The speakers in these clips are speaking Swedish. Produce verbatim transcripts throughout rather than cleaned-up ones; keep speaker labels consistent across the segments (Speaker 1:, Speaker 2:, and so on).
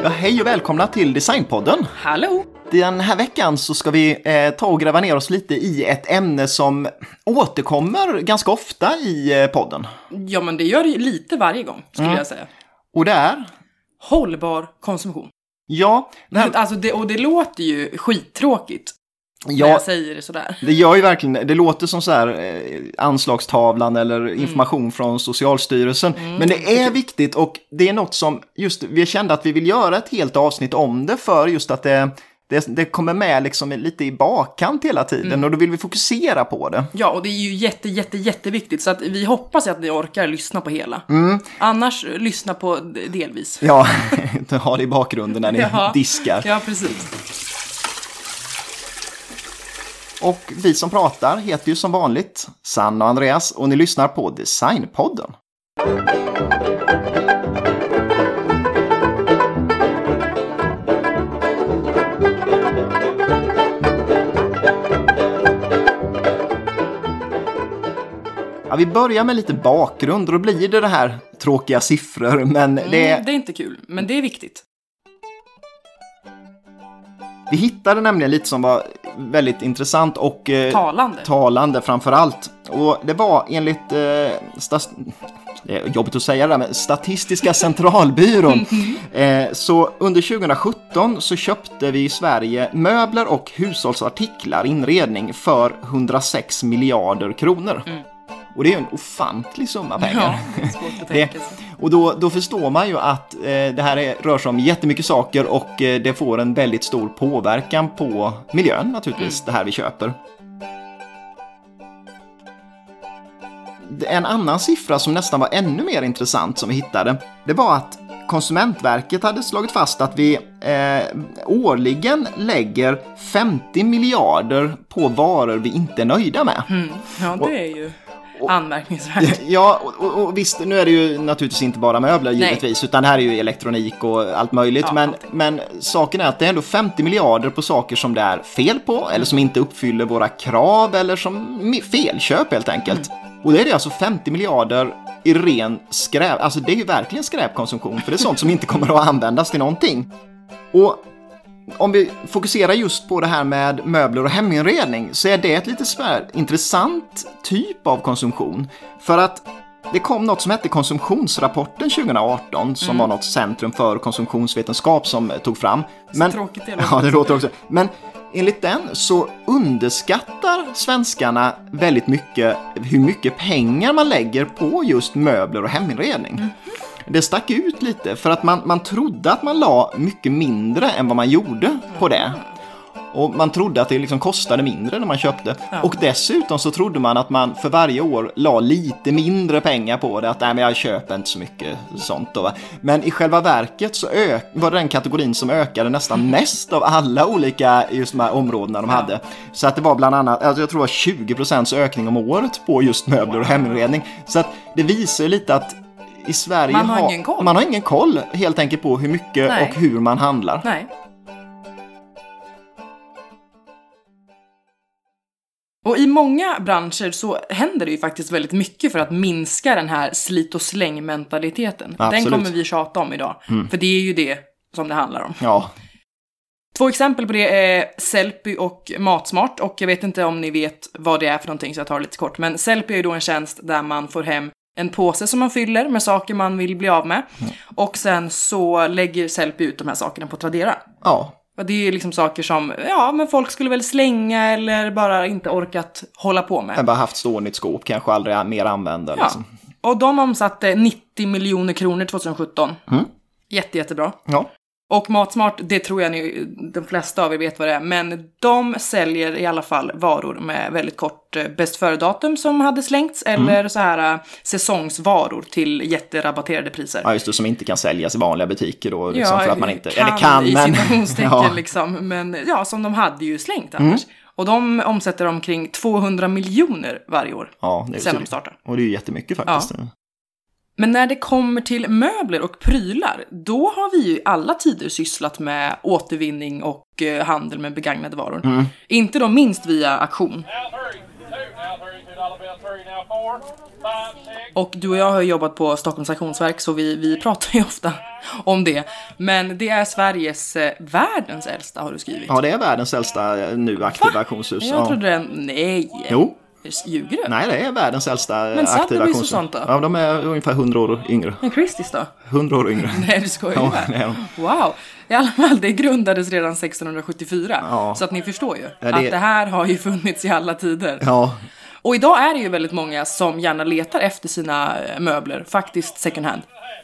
Speaker 1: Ja, hej och välkomna till Designpodden.
Speaker 2: Hallå!
Speaker 1: Den här veckan så ska vi eh, ta och gräva ner oss lite i ett ämne som återkommer ganska ofta i eh, podden.
Speaker 2: Ja, men det gör det ju lite varje gång, skulle
Speaker 1: Mm.
Speaker 2: jag säga.
Speaker 1: Och det är?
Speaker 2: Hållbar konsumtion.
Speaker 1: Ja. Det här...
Speaker 2: Alltså det, och det låter ju skittråkigt.
Speaker 1: Ja,
Speaker 2: när jag säger det sådär.
Speaker 1: Det gör ju verkligen, det låter som så här eh, anslagstavlan eller information mm. från Socialstyrelsen. Mm. Men det är viktigt och det är något som just, vi kände att vi vill göra ett helt avsnitt om det för just att det, det, det kommer med liksom lite i bakkant hela tiden mm. och då vill vi fokusera på det.
Speaker 2: Ja, och det är ju jätte, jätte, jätteviktigt så att vi hoppas att ni orkar lyssna på hela.
Speaker 1: Mm.
Speaker 2: Annars lyssna på delvis.
Speaker 1: Ja, ha det i bakgrunden när ni
Speaker 2: ja.
Speaker 1: diskar.
Speaker 2: Ja, precis.
Speaker 1: Och vi som pratar heter ju som vanligt Sanna och Andreas och ni lyssnar på Designpodden. Ja, vi börjar med lite bakgrund och då blir det det här tråkiga siffror, men det...
Speaker 2: Mm, det är inte kul, men det är viktigt.
Speaker 1: Vi hittade nämligen lite som var väldigt intressant och eh,
Speaker 2: talande.
Speaker 1: talande framför allt. Och det var enligt eh, stas- det är jobbigt att säga det där, men Statistiska centralbyrån. eh, så under tjugosjutton så köpte vi i Sverige möbler och hushållsartiklar, inredning för hundrasex miljarder kronor. Mm. Och det är ju en ofantlig summa pengar.
Speaker 2: Ja, det är svårt att tänka sig.
Speaker 1: Och då, då förstår man ju att eh, det här är, rör sig om jättemycket saker och eh, det får en väldigt stor påverkan på miljön naturligtvis, mm. det här vi köper. En annan siffra som nästan var ännu mer intressant som vi hittade, det var att Konsumentverket hade slagit fast att vi eh, årligen lägger femtio miljarder på varor vi inte är nöjda med.
Speaker 2: Mm. Ja, det och, är ju... anmärkningsvärt.
Speaker 1: Ja, och, och, och visst, nu är det ju naturligtvis inte bara möbler givetvis, Nej. utan det här är ju elektronik och allt möjligt. Ja, men, men saken är att det är ändå femtio miljarder på saker som det är fel på, mm. eller som inte uppfyller våra krav, eller som felköp helt enkelt. Mm. Och det är det alltså femtio miljarder i ren skräp. Alltså det är ju verkligen skräpkonsumtion, för det är sånt som inte kommer att användas till någonting. Och om vi fokuserar just på det här med möbler och heminredning så är det ett lite sådär intressant typ av konsumtion. För att det kom något som hette konsumtionsrapporten tjugoarton som mm. var något centrum för konsumtionsvetenskap som tog fram. Men,
Speaker 2: så tråkigt det
Speaker 1: låter. Ja, det låter också. Men enligt den så underskattar svenskarna väldigt mycket hur mycket pengar man lägger på just möbler och heminredning. Mm. Det stack ut lite för att man, man trodde att man la mycket mindre än vad man gjorde på det. Och man trodde att det liksom kostade mindre när man köpte. Ja. Och dessutom så trodde man att man för varje år la lite mindre pengar på det. Att nej, men jag köper inte så mycket sånt då, va? Men i själva verket så ök- var det den kategorin som ökade nästan mest av alla olika just de här områdena de ja. hade. Så att det var bland annat, alltså jag tror det var tjugo procent ökning om året på just möbler och heminredning. Så att det visar lite att i Sverige
Speaker 2: man har, ha, ingen koll.
Speaker 1: man har ingen koll helt enkelt på hur mycket Nej. och hur man handlar.
Speaker 2: Nej. Och i många branscher så händer det ju faktiskt väldigt mycket för att minska den här slit- och släng-mentaliteten.
Speaker 1: Absolut.
Speaker 2: Den kommer vi tjata om idag. Mm. För det är ju det som det handlar om.
Speaker 1: Ja.
Speaker 2: Två exempel på det är Sellpy och Matsmart. Och jag vet inte om ni vet vad det är för någonting så jag tar det lite kort. Men Sellpy är ju då en tjänst där man får hem en påse som man fyller med saker man vill bli av med. Mm. Och sen så lägger Sellpy ut de här sakerna på Tradera.
Speaker 1: Ja.
Speaker 2: Och det är liksom saker som, ja, men folk skulle väl slänga eller bara inte orkat hålla på med.
Speaker 1: Jag bara haft stående i ett skåp, kanske aldrig mer använda.
Speaker 2: Ja.
Speaker 1: Liksom.
Speaker 2: Och de omsatte nittio miljoner kronor tjugosjutton. Mm. Jätte, jättebra.
Speaker 1: Ja.
Speaker 2: Och Matsmart, det tror jag ni, de flesta av er vet vad det är. Men de säljer i alla fall varor med väldigt kort bäst före-datum som hade slängts. Eller mm. så här säsongsvaror till jätterabatterade priser.
Speaker 1: Ja, just det, som inte kan säljas i vanliga butiker då. Liksom,
Speaker 2: ja,
Speaker 1: för att man inte,
Speaker 2: kan,
Speaker 1: eller kan,
Speaker 2: i
Speaker 1: men...
Speaker 2: citationstecken
Speaker 1: ja.
Speaker 2: liksom. Men ja, som de hade ju slängt annars. Mm. Och de omsätter omkring tvåhundra miljoner varje år.
Speaker 1: Ja, det är
Speaker 2: sen
Speaker 1: så,
Speaker 2: de startar.
Speaker 1: Och det är ju jättemycket faktiskt.
Speaker 2: Ja. Men när det kommer till möbler och prylar, då har vi ju i alla tider sysslat med återvinning och eh, handel med begagnade varor. Mm. Inte då minst via auktion. Och du och jag har jobbat på Stockholms Auktionsverk, så vi, vi pratar ju ofta om det. Men det är Sveriges, eh, världens äldsta, har du skrivit.
Speaker 1: Ja, det är världens äldsta nu aktiva auktionshus.
Speaker 2: Jag
Speaker 1: ja.
Speaker 2: trodde det, nej.
Speaker 1: Jo.
Speaker 2: Ljuger du?
Speaker 1: Nej, det är världens äldsta
Speaker 2: Men
Speaker 1: aktiva
Speaker 2: Sotheby's och
Speaker 1: auktionshus.
Speaker 2: sånt då?
Speaker 1: Ja, de är ungefär hundra år yngre.
Speaker 2: Men Christie's då?
Speaker 1: hundra år yngre.
Speaker 2: Nej, du skojar
Speaker 1: Ja,
Speaker 2: ju.
Speaker 1: det är de.
Speaker 2: Wow. I alla fall, det grundades redan sextonhundrasjuttiofyra.
Speaker 1: Ja.
Speaker 2: Så att ni förstår ju
Speaker 1: Ja, det-
Speaker 2: att det här har ju funnits i alla tider.
Speaker 1: Ja,
Speaker 2: Och idag är det ju väldigt många som gärna letar efter sina eh, möbler, faktiskt second hand.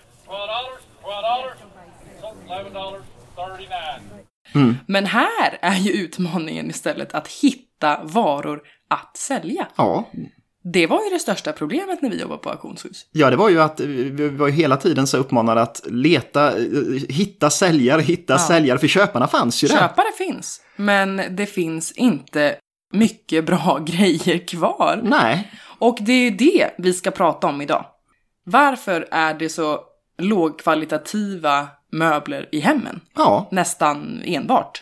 Speaker 1: Mm.
Speaker 2: Men här är ju utmaningen istället att hitta varor att sälja.
Speaker 1: ja.
Speaker 2: Det var ju det största problemet när vi jobbade på auktionshus.
Speaker 1: Ja, det var ju att vi var ju hela tiden så uppmanade att leta, hitta säljare, hitta
Speaker 2: Ja.
Speaker 1: säljare, för köparna fanns ju där.
Speaker 2: Köpare finns, men det finns inte mycket bra grejer kvar.
Speaker 1: Nej,
Speaker 2: Och det är det vi ska prata om idag. Varför är det så lågkvalitativa möbler i hemmen?
Speaker 1: ja.
Speaker 2: Nästan enbart.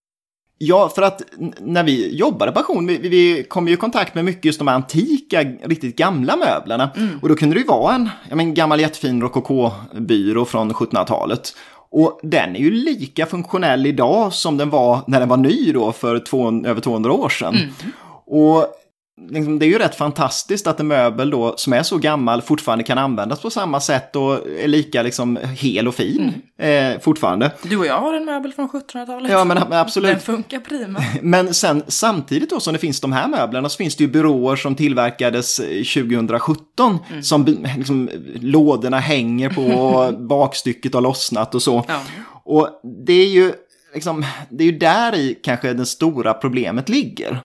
Speaker 1: Ja, för att n- när vi jobbade på auktion, vi, vi kom ju i kontakt med mycket just de antika, riktigt gamla möblerna.
Speaker 2: Mm.
Speaker 1: Och då kunde det ju vara en, ja, men, gammal jättefin rokokobyrå från sjuttonhundratalet. Och den är ju lika funktionell idag som den var när den var ny då för två, över tvåhundra år sedan.
Speaker 2: Mm.
Speaker 1: Och liksom, det är ju rätt fantastiskt att en möbel då som är så gammal fortfarande kan användas på samma sätt och är lika liksom hel och fin eh, fortfarande.
Speaker 2: Du och jag har en möbel från sjuttonhundratalet.
Speaker 1: Ja, men, men absolut.
Speaker 2: Den funkar prima.
Speaker 1: Men sen samtidigt då som det finns de här möblerna så finns det ju byråer som tillverkades tjugosjutton
Speaker 2: Mm.
Speaker 1: som liksom, lådorna hänger på och bakstycket har lossnat och så.
Speaker 2: Ja.
Speaker 1: Och det är ju liksom, det är ju där i kanske det stora problemet ligger.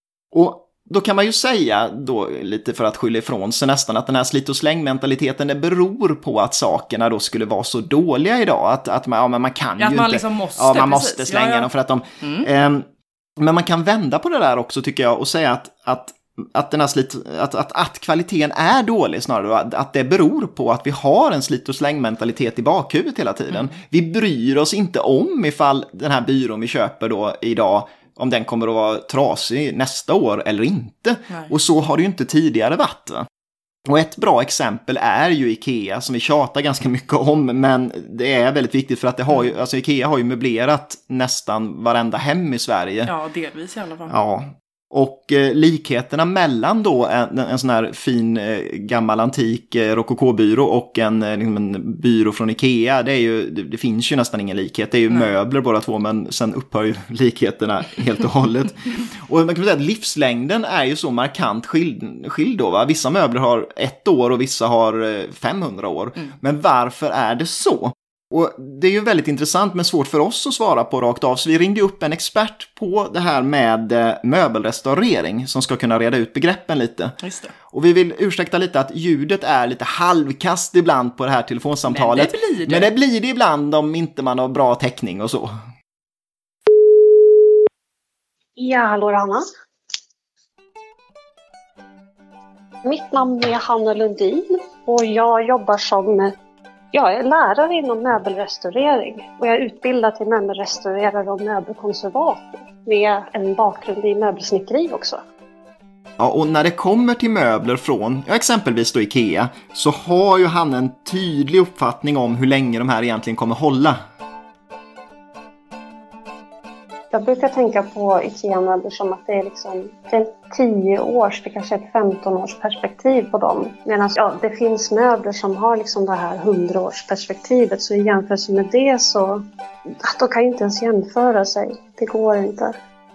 Speaker 1: Och då kan man ju säga då lite för att skylla ifrån sig nästan att den här slit- och slängmentaliteten det beror på att sakerna då skulle vara så dåliga idag att, att man, ja, men man kan
Speaker 2: Ja, att
Speaker 1: ju
Speaker 2: man
Speaker 1: inte
Speaker 2: liksom måste,
Speaker 1: ja, man
Speaker 2: precis.
Speaker 1: måste slänga
Speaker 2: Ja, ja.
Speaker 1: dem för att de
Speaker 2: Mm.
Speaker 1: ehm, men man kan vända på det där också tycker jag och säga att, att att, den här slit, att, att, att kvaliteten är dålig snarare, att, att det beror på att vi har en slit- och slängmentalitet i bakhuvudet hela tiden.
Speaker 2: Mm.
Speaker 1: Vi bryr oss inte om ifall den här byrån vi köper då idag, om den kommer att vara trasig nästa år eller inte.
Speaker 2: Nej.
Speaker 1: Och så har det ju inte tidigare varit. Va? Och ett bra exempel är ju Ikea som vi tjatar ganska mycket om, men det är väldigt viktigt för att det har ju, alltså Ikea har ju möblerat nästan varenda hem i Sverige.
Speaker 2: Ja, delvis i alla fall.
Speaker 1: Ja. Och eh, likheterna mellan då en, en sån här fin eh, gammal antik eh, rokokobyrå och en, eh, liksom en byrå från Ikea, det, är ju, det, det finns ju nästan ingen likhet. Det är ju
Speaker 2: Nej.
Speaker 1: möbler båda två, men sen upphör ju likheterna helt och hållet. Och man kan säga att livslängden är ju så markant skild, skild då, va? Vissa möbler har ett år och vissa har eh, femhundra år.
Speaker 2: Mm.
Speaker 1: Men varför är det så? Och det är ju väldigt intressant men svårt för oss att svara på rakt av. Så vi ringde upp en expert på det här med eh, möbelrestaurering som ska kunna reda ut begreppen lite.
Speaker 2: Just det.
Speaker 1: Och vi vill ursäkta lite att ljudet är lite halvkast ibland på det här telefonsamtalet.
Speaker 2: Men det blir det.
Speaker 1: Men det blir det ibland om inte man har bra täckning och så.
Speaker 3: Ja, hallå Anna. Mitt namn är Hanna Lundin och jag jobbar som jag är lärare inom möbelrestaurering och jag är utbildad till möbelrestaurerare och möbelkonservator med en bakgrund i möbelsnickeri också.
Speaker 1: Ja, och när det kommer till möbler från ja, exempelvis då Ikea så har ju han en tydlig uppfattning om hur länge de här egentligen kommer hålla.
Speaker 3: Jag brukar tänka på Ikea-möbler som att det är liksom det är tio års, det kanske är ett femton års perspektiv på dem. Medan ja, det finns möbler som har liksom det här hundra års perspektivet, så i jämförelse med det så då kan ju inte ens jämföra sig. Det går inte.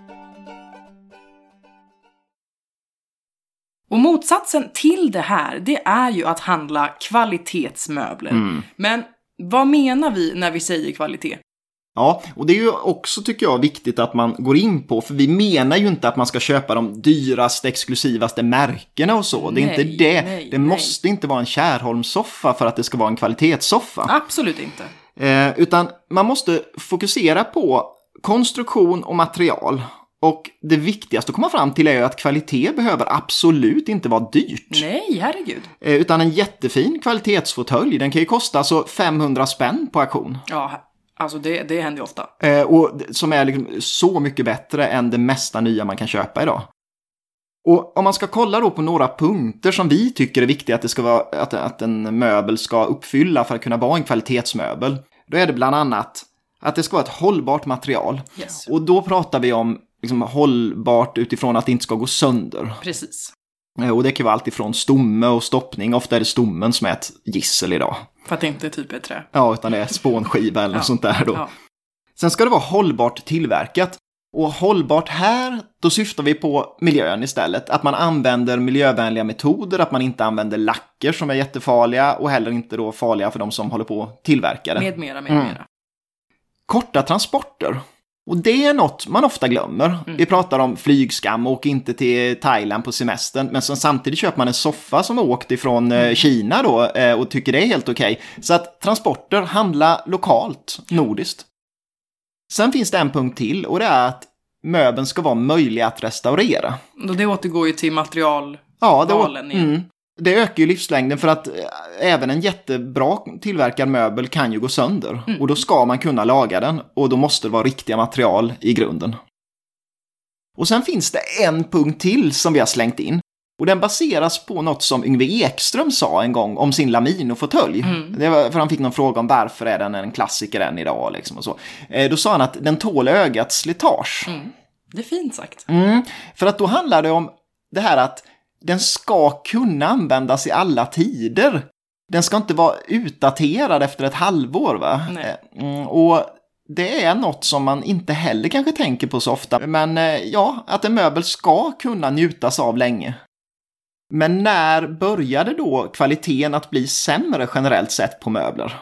Speaker 2: Och motsatsen till det här, det är ju att handla kvalitetsmöbler.
Speaker 1: Mm.
Speaker 2: Men vad menar vi när vi säger kvalitet?
Speaker 1: Ja, och det är ju också tycker jag viktigt att man går in på, för vi menar ju inte att man ska köpa de dyraste, exklusivaste märkena och så. Det är
Speaker 2: Nej,
Speaker 1: inte det.
Speaker 2: nej,
Speaker 1: det
Speaker 2: nej.
Speaker 1: måste inte vara en Kärholmssoffa för att det ska vara en kvalitetssoffa.
Speaker 2: Absolut inte.
Speaker 1: Eh, utan man måste fokusera på konstruktion och material. Och det viktigaste att komma fram till är ju att kvalitet behöver absolut inte vara dyrt.
Speaker 2: Nej, herregud.
Speaker 1: Eh, utan en jättefin kvalitetsfåtölj, den kan ju kosta alltså femhundra spänn på auktion.
Speaker 2: Ja, alltså det, det händer ju ofta.
Speaker 1: Eh, och som är liksom så mycket bättre än det mesta nya man kan köpa idag. Och om man ska kolla då på några punkter som vi tycker är viktiga att, det ska vara, att, att en möbel ska uppfylla för att kunna vara en kvalitetsmöbel. Då är det bland annat att det ska vara ett hållbart material.
Speaker 2: Yes.
Speaker 1: Och då pratar vi om liksom, hållbart utifrån att det inte ska gå sönder.
Speaker 2: Precis.
Speaker 1: Och det kan vara allt ifrån stomme och stoppning. Ofta är det stommen som är ett gissel idag.
Speaker 2: För att det inte är typ ett trä.
Speaker 1: Ja, utan det är spånskiva eller
Speaker 2: ja.
Speaker 1: något sånt där då.
Speaker 2: Ja.
Speaker 1: Sen ska det vara hållbart tillverkat. Och hållbart här, då syftar vi på miljön istället. Att man använder miljövänliga metoder, att man inte använder lacker som är jättefarliga och heller inte då farliga för de som håller på att tillverka det.
Speaker 2: Med mera, med
Speaker 1: Mm.
Speaker 2: mera.
Speaker 1: Korta transporter. Och det är något man ofta glömmer. Mm. Vi pratar om flygskam, åk inte till Thailand på semestern. Men så samtidigt köper man en soffa som har åkt ifrån mm. Kina då och tycker det är helt okej. Så att transporter handlar lokalt, nordiskt. Sen finns det en punkt till och det är att möbeln ska vara möjlig att restaurera.
Speaker 2: Och det återgår ju till materialvalen
Speaker 1: ja, det,
Speaker 2: igen.
Speaker 1: Mm, det ökar ju livslängden för att även en jättebra tillverkad möbel kan ju gå sönder. Mm. Och då ska man kunna laga den och då måste det vara riktiga material i grunden. Och sen finns det en punkt till som vi har slängt in. Och den baseras på något som Yngve Ekström sa en gång om sin Lamino-fåtölj. Mm. Det var för han fick någon fråga om varför är den en klassiker än idag. Liksom och så. Eh, då sa han att den tål ögats slitage.
Speaker 2: Mm. Det är fint sagt.
Speaker 1: Mm. För att då handlar det om det här att den ska kunna användas i alla tider. Den ska inte vara utdaterad efter ett halvår, va?
Speaker 2: Nej.
Speaker 1: Mm, och det är något som man inte heller kanske tänker på så ofta. Men eh, ja, att en möbel ska kunna njutas av länge. Men när började då kvaliteten att bli sämre generellt sett på möbler?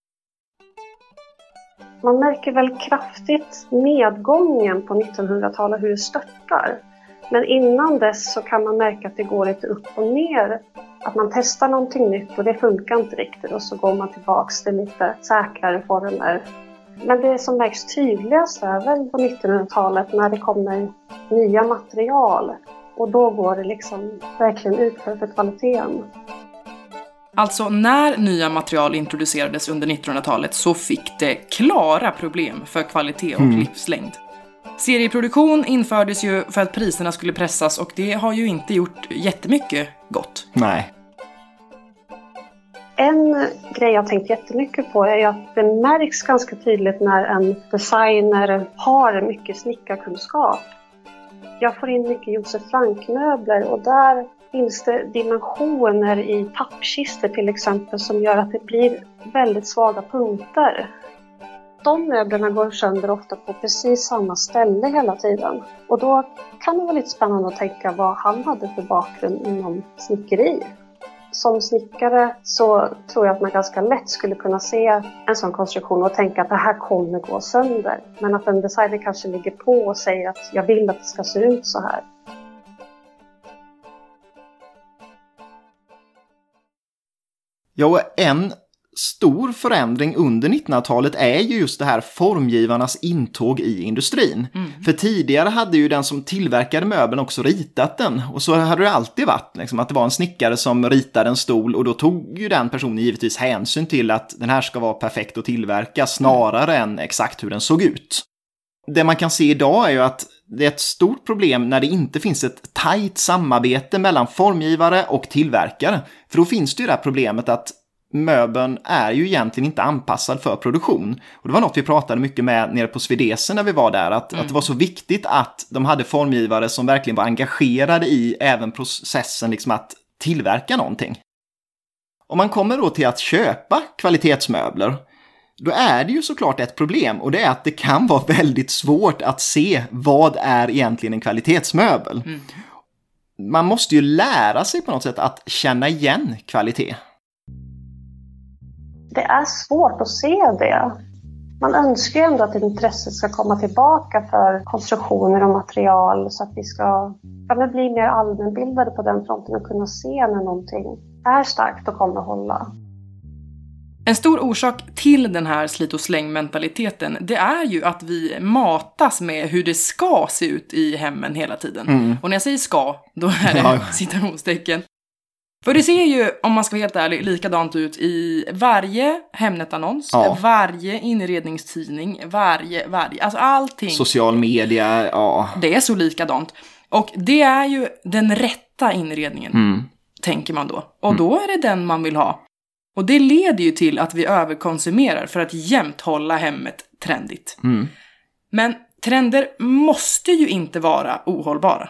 Speaker 3: Man märker väl kraftigt nedgången på nittonhundratalet hur det störtar. Men innan dess så kan man märka att det går lite upp och ner. Att man testar någonting nytt och det funkar inte riktigt och så går man tillbaks till lite säkrare former. Men det som märks tydligast är väl på nittonhundratalet när det kommer nya material. Och då går det liksom verkligen ut för, för kvaliteten.
Speaker 2: Alltså när nya material introducerades under nittonhundratalet så fick det klara problem för kvalitet och mm. livslängd. Serieproduktion infördes ju för att priserna skulle pressas och det har ju inte gjort jättemycket gott.
Speaker 1: Nej.
Speaker 3: En grej jag tänkt jättemycket på är att det märks ganska tydligt när en designer har mycket snickarkunskap. Jag får in mycket Josef Frank-möbler och där finns det dimensioner i pappkister till exempel som gör att det blir väldigt svaga punkter. De möblerna går sönder ofta på precis samma ställe hela tiden. Och då kan det vara lite spännande att tänka vad han hade för bakgrund inom snickeri. Som snickare så tror jag att man ganska lätt skulle kunna se en sån konstruktion och tänka att det här kommer gå sönder. Men att en designer kanske ligger på och säger att jag vill att det ska se ut så här.
Speaker 1: Ja, en stor förändring under nittonhundratalet är ju just det här formgivarnas intåg i industrin. Mm. För tidigare hade ju den som tillverkade möbeln också ritat den. Och så hade det alltid varit liksom, att det var en snickare som ritade en stol och då tog ju den personen givetvis hänsyn till att den här ska vara perfekt att tillverka snarare mm. än exakt hur den såg ut. Det man kan se idag är ju att det är ett stort problem när det inte finns ett tajt samarbete mellan formgivare och tillverkare. För då finns det ju det här problemet att möbeln är ju egentligen inte anpassad för produktion. Och det var något vi pratade mycket med nere på Svedesen när vi var där. Att, mm. att det var så viktigt att de hade formgivare som verkligen var engagerade i även processen liksom att tillverka någonting. Om man kommer då till att köpa kvalitetsmöbler, då är det ju såklart ett problem. Och det är att det kan vara väldigt svårt att se vad är egentligen en kvalitetsmöbel. Mm. Man måste ju lära sig på något sätt att känna igen kvalitet.
Speaker 3: Det är svårt att se det. Man önskar ju ändå att intresset ska komma tillbaka för konstruktioner och material så att vi ska ja, bli mer allmänbildade på den fronten och kunna se när någonting är starkt och kommer att hålla.
Speaker 2: En stor orsak till den här slit- och släng-mentaliteten, det är ju att vi matas med hur det ska se ut i hemmen hela tiden. Mm. Och när jag säger ska, då är det ja. citationstecken. För det ser ju, om man ska vara helt ärlig, likadant ut i varje Hemnet-annons, ja. varje inredningstidning, varje, varje, alltså allting.
Speaker 1: Social media, ja.
Speaker 2: Det är så likadant. Och det är ju den rätta inredningen,
Speaker 1: Mm.
Speaker 2: tänker man då. Och då är det den man vill ha. Och det leder ju till att vi överkonsumerar för att jämt hålla hemmet trendigt.
Speaker 1: Mm.
Speaker 2: Men trender måste ju inte vara ohållbara.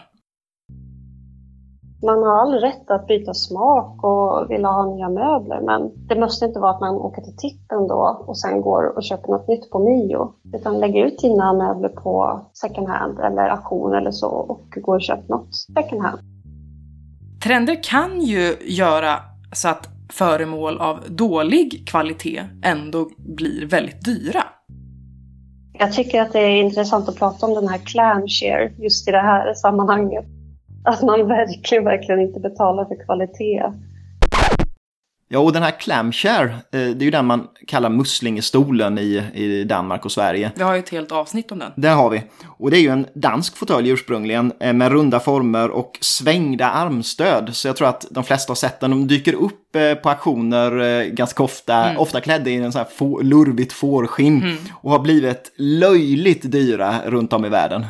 Speaker 3: Man har all rätt att byta smak och vilja ha nya möbler, men det måste inte vara att man åker till tippen då och sen går och köper något nytt på Mio. Utan lägger ut dina möbler på second hand eller auktion eller så och går och köper något second hand.
Speaker 2: Trender kan ju göra så att föremål av dålig kvalitet ändå blir väldigt dyra.
Speaker 3: Jag tycker att det är intressant att prata om den här clamshare just i det här sammanhanget. Att man verkligen, verkligen inte betalar för kvalitet.
Speaker 1: Ja, och den här clamshare, det är ju den man kallar muslingestolen i, i Danmark och Sverige.
Speaker 2: Vi har ju ett helt avsnitt om den.
Speaker 1: Där har vi. Och det är ju en dansk fåtölj ursprungligen med runda former och svängda armstöd. Så jag tror att de flesta har sett den. De dyker upp på auktioner ganska ofta. Mm. Ofta klädda i en sån här få, lurvigt fårskinn. Mm. Och har blivit löjligt dyra runt om i världen.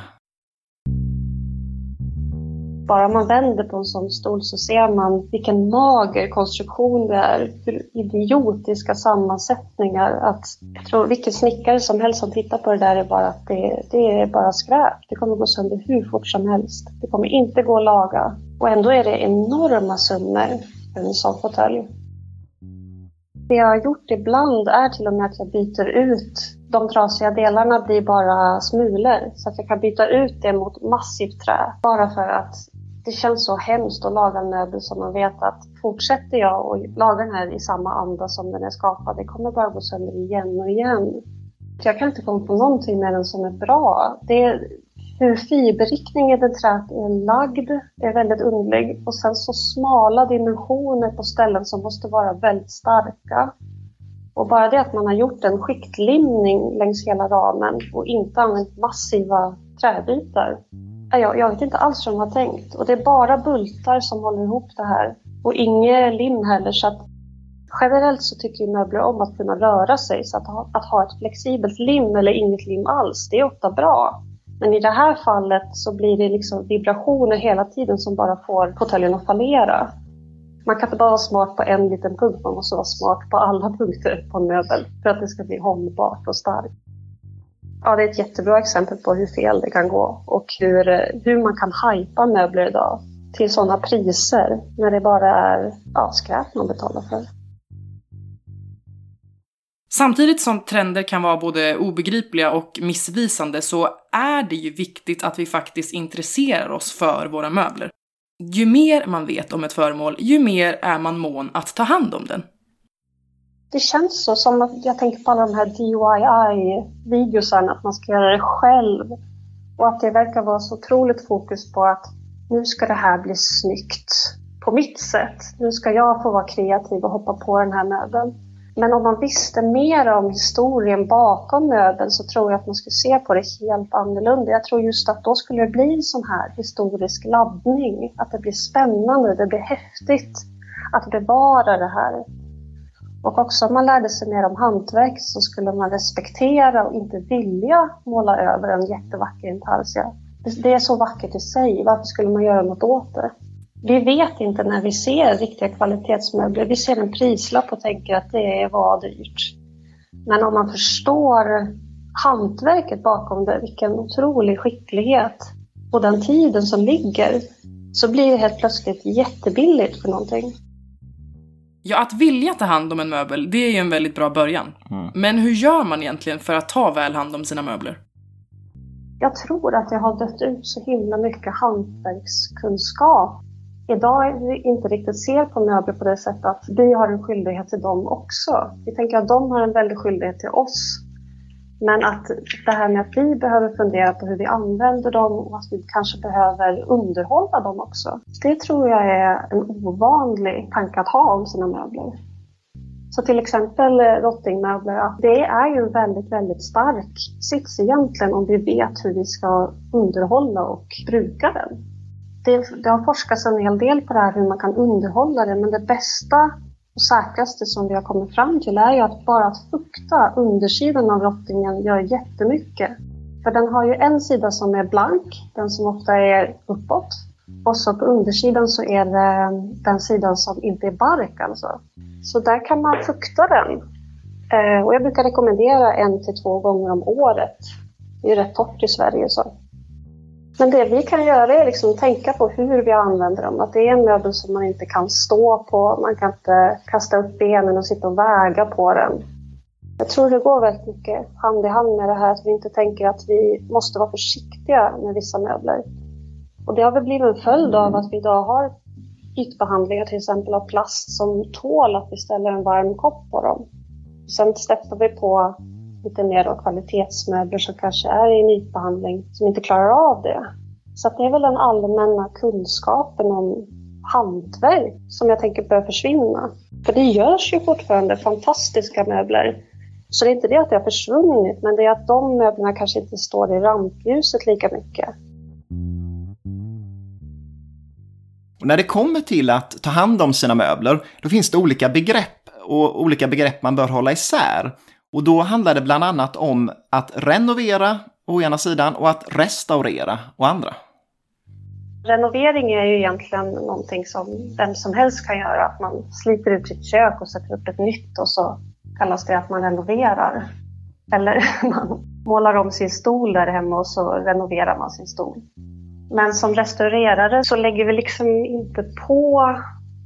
Speaker 3: Bara man vänder på en sån stol så ser man vilken mager konstruktion det är. Hur idiotiska sammansättningar. Att jag tror vilken snickare som helst som tittar på det där är bara att det, det är bara skräp. Det kommer gå sönder hur fort som helst. Det kommer inte gå att laga. Och ändå är det enorma summor för en sån fåtölj. Det jag har gjort ibland är till och med att jag byter ut. De trasiga delarna blir bara smulor. Så att jag kan byta ut det mot massivt trä. Bara för att det känns så hemskt att laga en möbel som man vet att fortsätter jag och laga den här i samma anda som den är skapad. Det kommer bara gå sönder igen och igen. Jag kan inte komma på någonting med den som är bra. Det är hur fiberriktningen i den träet är lagd är väldigt underlig. Och sen så smala dimensioner på ställen som måste vara väldigt starka. Och bara det att man har gjort en skiktlimning längs hela ramen och inte använt massiva träbitar. Jag, jag vet inte alls hur de har tänkt. Och det är bara bultar som håller ihop det här. Och inget lim heller. Så att generellt så tycker ju möbler om att kunna röra sig. Så att ha, att ha ett flexibelt lim eller inget lim alls, det är ofta bra. Men i det här fallet så blir det liksom vibrationer hela tiden som bara får fåtöljen att fallera. Man kan inte bara vara smart på en liten punkt, man måste vara smart på alla punkter på en möbel för att det ska bli hållbart och starkt. Ja, det är ett jättebra exempel på hur fel det kan gå och hur, hur man kan hypa möbler idag till sådana priser när det bara är ja, skräp man betalar för.
Speaker 2: Samtidigt som trender kan vara både obegripliga och missvisande så är det ju viktigt att vi faktiskt intresserar oss för våra möbler. Ju mer man vet om ett föremål, ju mer är man mån att ta hand om den.
Speaker 3: Det känns så som att jag tänker på alla de här D I Y-videosarna, att man ska göra det själv. Och att det verkar vara så otroligt fokus på att nu ska det här bli snyggt på mitt sätt. Nu ska jag få vara kreativ och hoppa på den här möbeln. Men om man visste mer om historien bakom möbeln så tror jag att man skulle se på det helt annorlunda. Jag tror just att då skulle det bli en sån här historisk laddning. Att det blir spännande, det blir häftigt att bevara det här. Och också om man lärde sig mer om hantverk så skulle man respektera och inte vilja måla över en jättevacker intarsia. Det är så vackert i sig, varför skulle man göra något åt det? Vi vet inte när vi ser riktiga kvalitetsmöbler. Vi ser en prislapp och tänker att det var dyrt. Men om man förstår hantverket bakom det, vilken otrolig skicklighet och den tiden som ligger, så blir det helt plötsligt jättebilligt för någonting.
Speaker 2: Ja, att vilja ta hand om en möbel, det är ju en väldigt bra början. Mm. Men hur gör man egentligen för att ta väl hand om sina möbler?
Speaker 3: Jag tror att jag har dött ut så himla mycket hantverkskunskap. Idag är vi inte riktigt ser på möbler på det sättet att vi har en skyldighet till dem också. Vi tänker att de har en väldig skyldighet till oss. Men att det här med att vi behöver fundera på hur vi använder dem och att vi kanske behöver underhålla dem också. Det tror jag är en ovanlig tanke att ha om sina möbler. Så till exempel rottingmöbler, det är ju en väldigt, väldigt stark sits egentligen om vi vet hur vi ska underhålla och bruka den. Det, det har forskats en hel del på det här hur man kan underhålla det, men det bästa och säkraste som vi har kommit fram till är ju att bara att fukta undersidan av rottingen gör jättemycket. För den har ju en sida som är blank, den som ofta är uppåt. Och så på undersidan så är det den sidan som inte är bark alltså. Så där kan man fukta den. Och jag brukar rekommendera en till två gånger om året. Det är rätt torrt i Sverige så. Men det vi kan göra är liksom tänka på hur vi använder dem. Att det är en möbel som man inte kan stå på. Man kan inte kasta upp benen och sitta och väga på den. Jag tror det går väldigt mycket hand i hand med det här. Att vi inte tänker att vi måste vara försiktiga med vissa möbler. Och det har väl blivit en följd av att vi idag har ytbehandlingar till exempel av plast som tål att vi ställer en varm kopp på dem. Sen släpper vi på lite mer av kvalitetsmöbler som kanske är i en ytbehandling som inte klarar av det. Så att det är väl den allmänna kunskapen om hantverk som jag tänker bör försvinna. För det görs ju fortfarande fantastiska möbler. Så det är inte det att det har försvunnit, men det är att de möblerna kanske inte står i rampljuset lika mycket.
Speaker 1: Och när det kommer till att ta hand om sina möbler, då finns det olika begrepp och olika begrepp man bör hålla isär. Och då handlar det bland annat om att renovera å ena sidan och att restaurera å andra.
Speaker 3: Renovering är ju egentligen någonting som vem som helst kan göra. Att man sliter ut sitt kök och sätter upp ett nytt och så kallas det att man renoverar. Eller man målar om sin stol där hemma och så renoverar man sin stol. Men som restaurerare så lägger vi liksom inte på.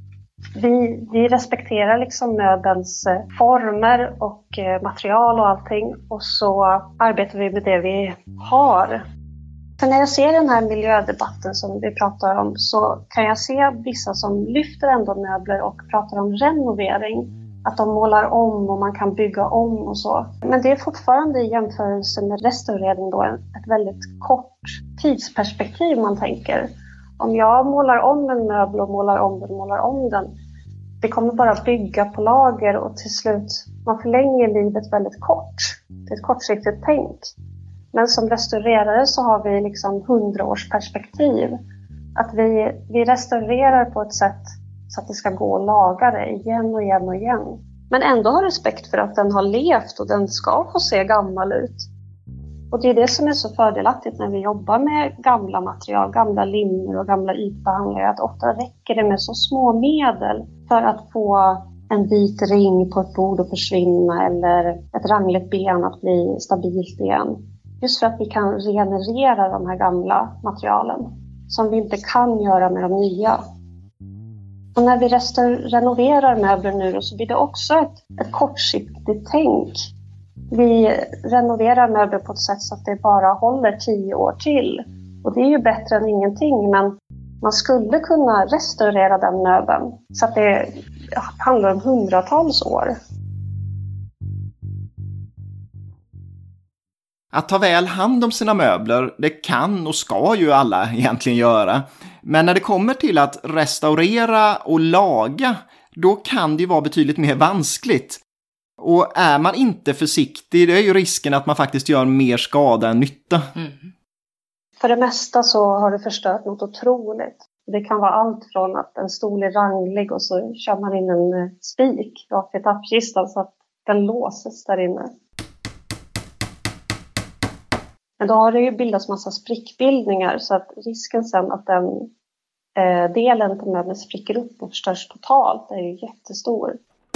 Speaker 3: Vi, vi respekterar liksom möbelns former och material och allting. Och så arbetar vi med det vi har. För när jag ser den här miljödebatten som vi pratar om så kan jag se vissa som lyfter ändå möbler och pratar om renovering. Att de målar om och man kan bygga om och så. Men det är fortfarande i jämförelse med restaurering då ett väldigt kort tidsperspektiv man tänker. Om jag målar om en möbel och målar om den och målar om den. Det kommer bara bygga på lager och till slut man förlänger livet väldigt kort. Det är ett kortsiktigt tänk. Men som restaurerare så har vi liksom hundraårsperspektiv. Att vi, vi restaurerar på ett sätt så att det ska gå att laga det igen och igen och igen. Men ändå ha respekt för att den har levt och den ska få se gammal ut. Och det är det som är så fördelaktigt när vi jobbar med gamla material, gamla limmer och gamla ytbehandlingar. Att ofta räcker det med så små medel för att få en vit ring på ett bord att försvinna eller ett rangligt ben att bli stabilt igen. Just för att vi kan regenerera de här gamla materialen som vi inte kan göra med de nya. Och när vi restaur- renoverar möbler nu så blir det också ett, ett kortsiktigt tänk. Vi renoverar möbler på ett sätt så att det bara håller tio år till. Och det är ju bättre än ingenting, men man skulle kunna restaurera den möbeln så att det handlar om hundratals år.
Speaker 1: Att ta väl hand om sina möbler, det kan och ska ju alla egentligen göra. Men när det kommer till att restaurera och laga, då kan det ju vara betydligt mer vanskligt. Och är man inte försiktig, det är ju risken att man faktiskt gör mer skada än nytta.
Speaker 2: Mm.
Speaker 3: För det mesta så har det förstört något otroligt. Det kan vara allt från att en stol är ranglig och så kör man in en spik rakt i tappkistan så att den låses där inne. Men då har det ju bildats massa sprickbildningar så att risken sen att den eh, delen på möbeln spricker upp och förstörs totalt är ju jättestor.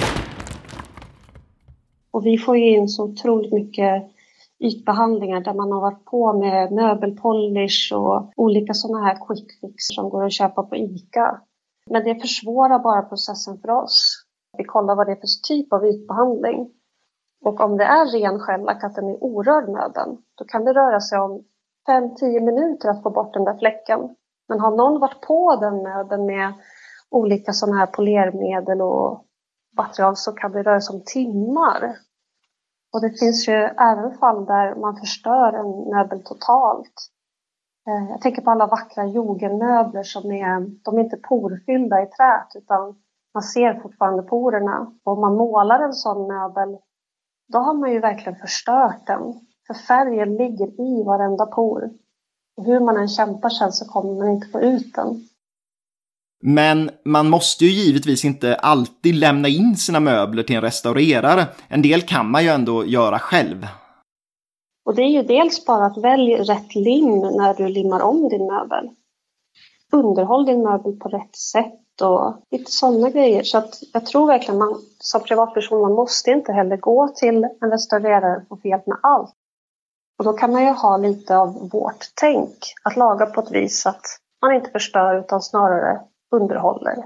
Speaker 3: Och vi får ju in så otroligt mycket ytbehandlingar där man har varit på med möbelpolish och olika sådana här quick fix som går att köpa på ICA. Men det försvårar bara processen för oss. Vi kollar vad det är för typ av ytbehandling. Och om det är ren shellack, att den är orörd möbeln, då kan det röra sig om fem till tio minuter att få bort den där fläcken. Men har någon varit på den möbeln med olika sådana här polermedel och material så kan det röra sig om timmar. Och det finns ju även fall där man förstör en möbel totalt. Jag tänker på alla vackra jugendmöbler som är, de är inte porfyllda i trät utan man ser fortfarande porerna. Och om man målar en sån möbel, då har man ju verkligen förstört den. För färgen ligger i varenda por. Och hur man än kämpar sen så kommer man inte få ut den.
Speaker 1: Men man måste ju givetvis inte alltid lämna in sina möbler till en restaurerare. En del kan man ju ändå göra själv.
Speaker 3: Och det är ju dels bara att välja rätt lim när du limmar om din möbel. Underhåll din möbel på rätt sätt och lite sådana grejer. Så att jag tror verkligen man som privatperson, man måste inte heller gå till en restaurerare och få hjälp med allt. Och då kan man ju ha lite av vårt tänk. Att laga på ett vis att man inte förstör utan snarare underhåller.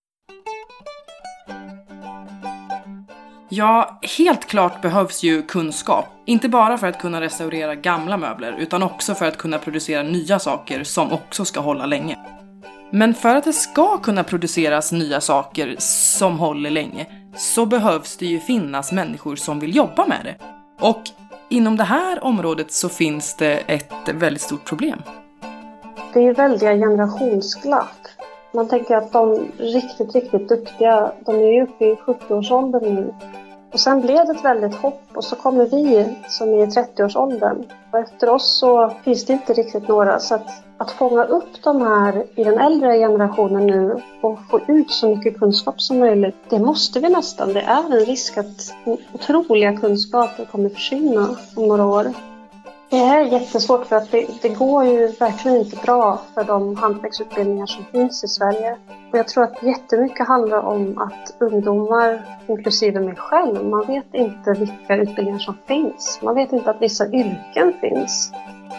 Speaker 2: Ja, helt klart behövs ju kunskap. Inte bara för att kunna restaurera gamla möbler utan också för att kunna producera nya saker som också ska hålla länge. Men för att det ska kunna produceras nya saker som håller länge så behövs det ju finnas människor som vill jobba med det. Och inom det här området så finns det ett väldigt stort problem.
Speaker 3: Det är ju väldiga generationsglapp. Man tänker att de riktigt, riktigt duktiga, de är ju uppe i sjuttio-årsåldern nu. Och sen blev det ett väldigt hopp och så kommer vi som är i trettio-årsåldern. Och efter oss så finns det inte riktigt några. Så att, att fånga upp de här i den äldre generationen nu och få ut så mycket kunskap som möjligt, det måste vi nästan. Det är en risk att otroliga kunskaper kommer försvinna om några år. Det är jättesvårt för att det, det går ju verkligen inte bra för de hantverksutbildningar som finns i Sverige. Och jag tror att jättemycket handlar om att ungdomar, inklusive mig själv, man vet inte vilka utbildningar som finns. Man vet inte att vissa yrken finns.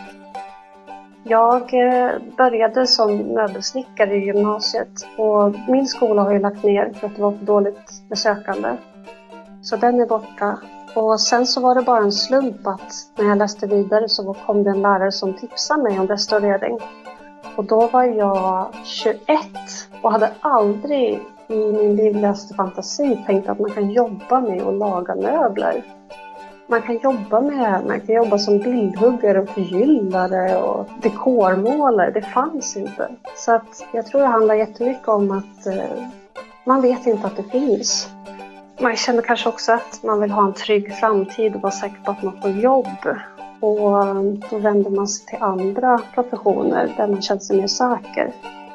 Speaker 3: Jag började som möbelsnickare i gymnasiet och min skola har ju lagt ner för att det var för dåligt med sökande. Så den är borta. Och sen så var det bara en slump att när jag läste vidare så kom det en lärare som tipsade mig om restaurering. Och då var jag tjugoett och hade aldrig i min livligaste fantasi tänkt att man kan jobba med att laga möbler. Man kan jobba med, man kan jobba som bildhuggare och förgyllare och dekormålare. Det fanns inte. Så att jag tror det handlar jättemycket om att eh, man vet inte att det finns. Man känner kanske också att man vill ha en trygg framtid och vara säker på att man får jobb. Och då vänder man sig till andra professioner där man känner sig mer säker.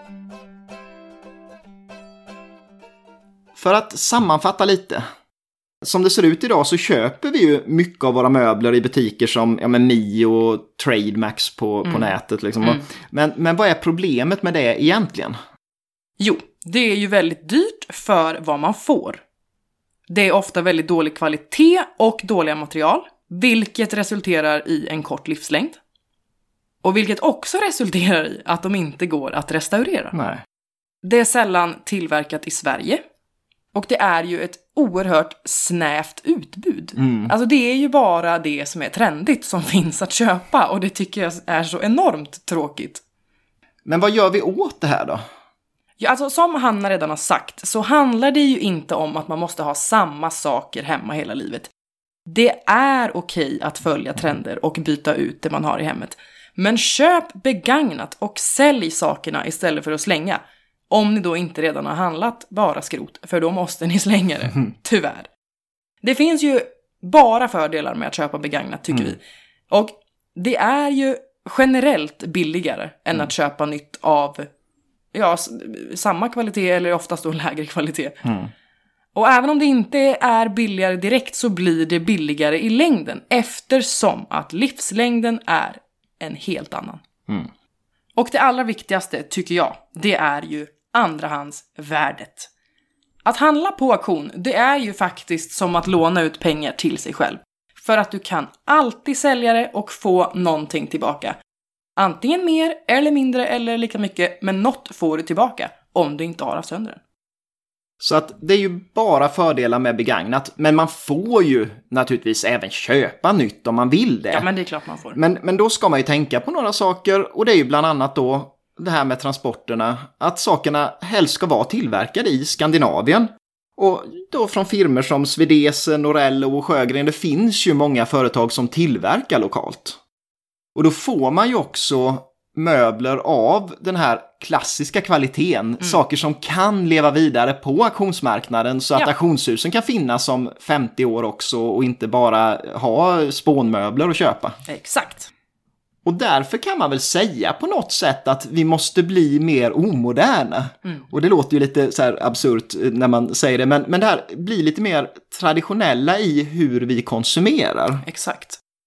Speaker 1: För att sammanfatta lite. Som det ser ut idag så köper vi ju mycket av våra möbler i butiker som ja, men Mio och Trademax på, mm. på nätet. Liksom. Mm. Men, men vad är problemet med det egentligen?
Speaker 2: Jo, det är ju väldigt dyrt för vad man får. Det är ofta väldigt dålig kvalitet och dåliga material, vilket resulterar i en kort livslängd. Och vilket också resulterar i att de inte går att restaurera.
Speaker 1: Nej.
Speaker 2: Det är sällan tillverkat i Sverige. Och det är ju ett oerhört snävt utbud.
Speaker 1: Mm.
Speaker 2: Alltså det är ju bara det som är trendigt som finns att köpa. Och det tycker jag är så enormt tråkigt.
Speaker 1: Men vad gör vi åt det här då?
Speaker 2: Ja, alltså som Hanna redan har sagt så handlar det ju inte om att man måste ha samma saker hemma hela livet. Det är okej att följa trender och byta ut det man har i hemmet. Men köp begagnat och sälj sakerna istället för att slänga. Om ni då inte redan har handlat bara skrot, för då måste ni slänga det, tyvärr. Det finns ju bara fördelar med att köpa begagnat tycker mm. vi. Och det är ju generellt billigare än mm. att köpa nytt av ja, samma kvalitet eller oftast då lägre kvalitet.
Speaker 1: Mm.
Speaker 2: Och även om det inte är billigare direkt så blir det billigare i längden. Eftersom att livslängden är en helt annan.
Speaker 1: Mm.
Speaker 2: Och det allra viktigaste tycker jag, det är ju andrahandsvärdet. Att handla på auktion, det är ju faktiskt som att låna ut pengar till sig själv. För att du kan alltid sälja det och få någonting tillbaka. Antingen mer eller mindre eller lika mycket, men något får du tillbaka om du inte har haft sönder den.
Speaker 1: Så att det är ju bara fördelar med begagnat, men man får ju naturligtvis även köpa nytt om man vill det.
Speaker 2: Ja, men det är klart man får.
Speaker 1: Men, men då ska man ju tänka på några saker, och det är ju bland annat då det här med transporterna. Att sakerna helst ska vara tillverkade i Skandinavien. Och då från firmor som Svedese, Norello och Sjögren, det finns ju många företag som tillverkar lokalt. Och då får man ju också möbler av den här klassiska kvaliteten. Mm. Saker som kan leva vidare på auktionsmarknaden så att ja. auktionshusen kan finnas om femtio år också och inte bara ha spånmöbler att köpa.
Speaker 2: Exakt.
Speaker 1: Och därför kan man väl säga på något sätt att vi måste bli mer omoderna.
Speaker 2: Mm.
Speaker 1: Och det låter ju lite så här absurt när man säger det. Men, men det här blir lite mer traditionella i hur vi konsumerar.
Speaker 2: Exakt.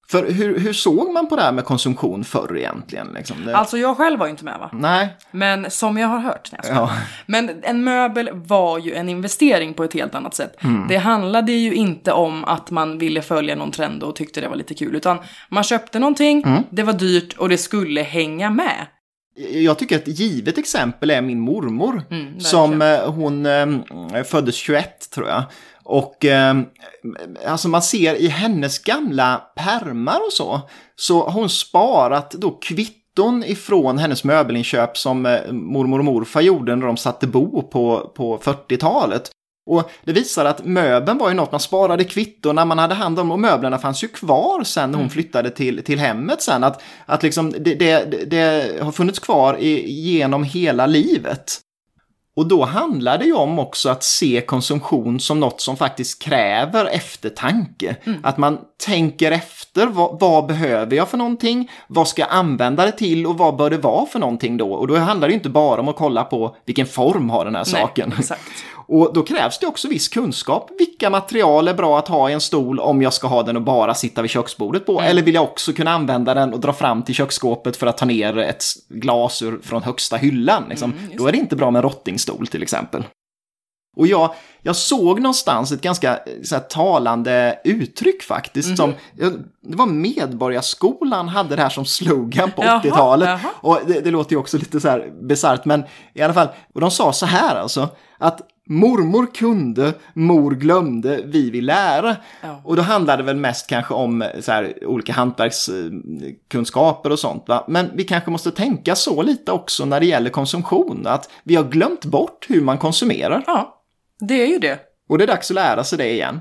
Speaker 1: För hur, hur såg man på det här med konsumtion förr egentligen? Liksom? Det...
Speaker 2: Alltså jag själv var ju inte med, va?
Speaker 1: Nej.
Speaker 2: Men som jag har hört. Nej,
Speaker 1: ja.
Speaker 2: Men en möbel var ju en investering på ett helt annat sätt. Mm. Det handlade ju inte om att man ville följa någon trend och tyckte det var lite kul. Utan man köpte någonting, mm. det var dyrt och det skulle hänga med.
Speaker 1: Jag tycker att ett givet exempel är min mormor. Mm, som eh, hon eh, föddes tjugoett tror jag. Och eh, alltså man ser i hennes gamla pärmar och så, så har hon sparat då kvitton ifrån hennes möbelinköp som eh, mormor och morfar gjorde när de satte bo på, på fyrtiotalet. Och det visar att möbeln var ju något man sparade kvitton när man hade hand om, och möblerna fanns ju kvar sen när hon flyttade till, till hemmet sen. Att, att liksom det, det, det har funnits kvar i, genom hela livet. Och då handlar det ju om också att se konsumtion som något som faktiskt kräver eftertanke. Mm. Att man tänker efter, vad, vad behöver jag för någonting? Vad ska jag använda det till och vad bör det vara för någonting då? Och då handlar det inte bara om att kolla på vilken form har den här
Speaker 2: Nej,
Speaker 1: saken.
Speaker 2: Exakt.
Speaker 1: Och då krävs det också viss kunskap. Vilka material är bra att ha i en stol om jag ska ha den och bara sitta vid köksbordet på? Mm. Eller vill jag också kunna använda den och dra fram till köksskåpet för att ta ner ett glas ur, från högsta hyllan? Liksom. Mm, då är det inte bra med en rottingstol till exempel. Och jag, jag såg någonstans ett ganska så här, talande uttryck faktiskt. Mm-hmm. Som, det var Medborgarskolan hade det här som slogan på jaha, åttiotalet. Jaha. Och det, det låter ju också lite så här bisarrt, men i alla fall. Och de sa så här alltså, att mormor kunde, mor glömde, vi vill lära. Ja. Och då handlade det väl mest kanske om så här, olika hantverkskunskaper och sånt. Va? Men vi kanske måste tänka så lite också när det gäller konsumtion. Att vi har glömt bort hur man konsumerar.
Speaker 2: Ja, det är ju det.
Speaker 1: Och det är dags att lära sig det igen.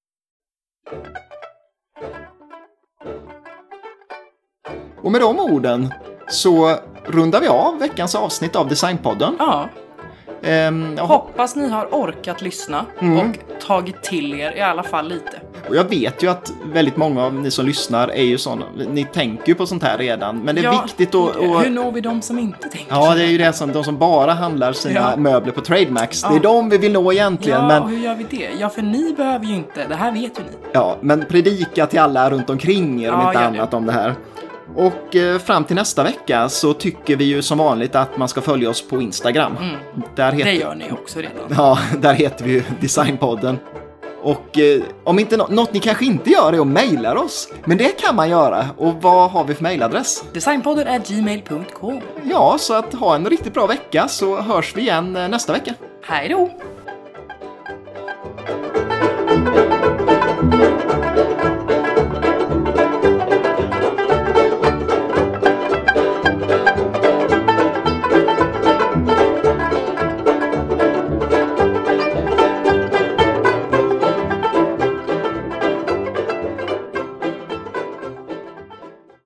Speaker 1: Och med de orden så rundar vi av veckans avsnitt av Designpodden.
Speaker 2: Ja. Um, Hoppas ni har orkat lyssna mm. och tagit till er i alla fall lite.
Speaker 1: Och jag vet ju att väldigt många av ni som lyssnar är ju sådana, ni tänker ju på sånt här redan, men det är ja, viktigt att... Och...
Speaker 2: Hur når vi de som inte tänker?
Speaker 1: Ja, det är ju det som, de som bara handlar sina ja. möbler på Trademax. Ja. Det är de vi vill nå egentligen.
Speaker 2: Ja,
Speaker 1: men...
Speaker 2: och hur gör vi det? Ja, för ni behöver ju inte, det här vet ju ni.
Speaker 1: Ja, men predika till alla runt omkring er om ja, inte annat det. om det här. Och eh, fram till nästa vecka så tycker vi ju som vanligt att man ska följa oss på Instagram. Mm.
Speaker 2: Där heter... Det gör ni också redan.
Speaker 1: Ja, där heter vi ju Designpodden. Och eh, om inte no- något ni kanske inte gör är att mejla oss. Men det kan man göra. Och vad har vi för mejladress?
Speaker 2: designpodden at gmail punkt com.
Speaker 1: Ja, så att ha en riktigt bra vecka så hörs vi igen nästa vecka.
Speaker 2: Hej då!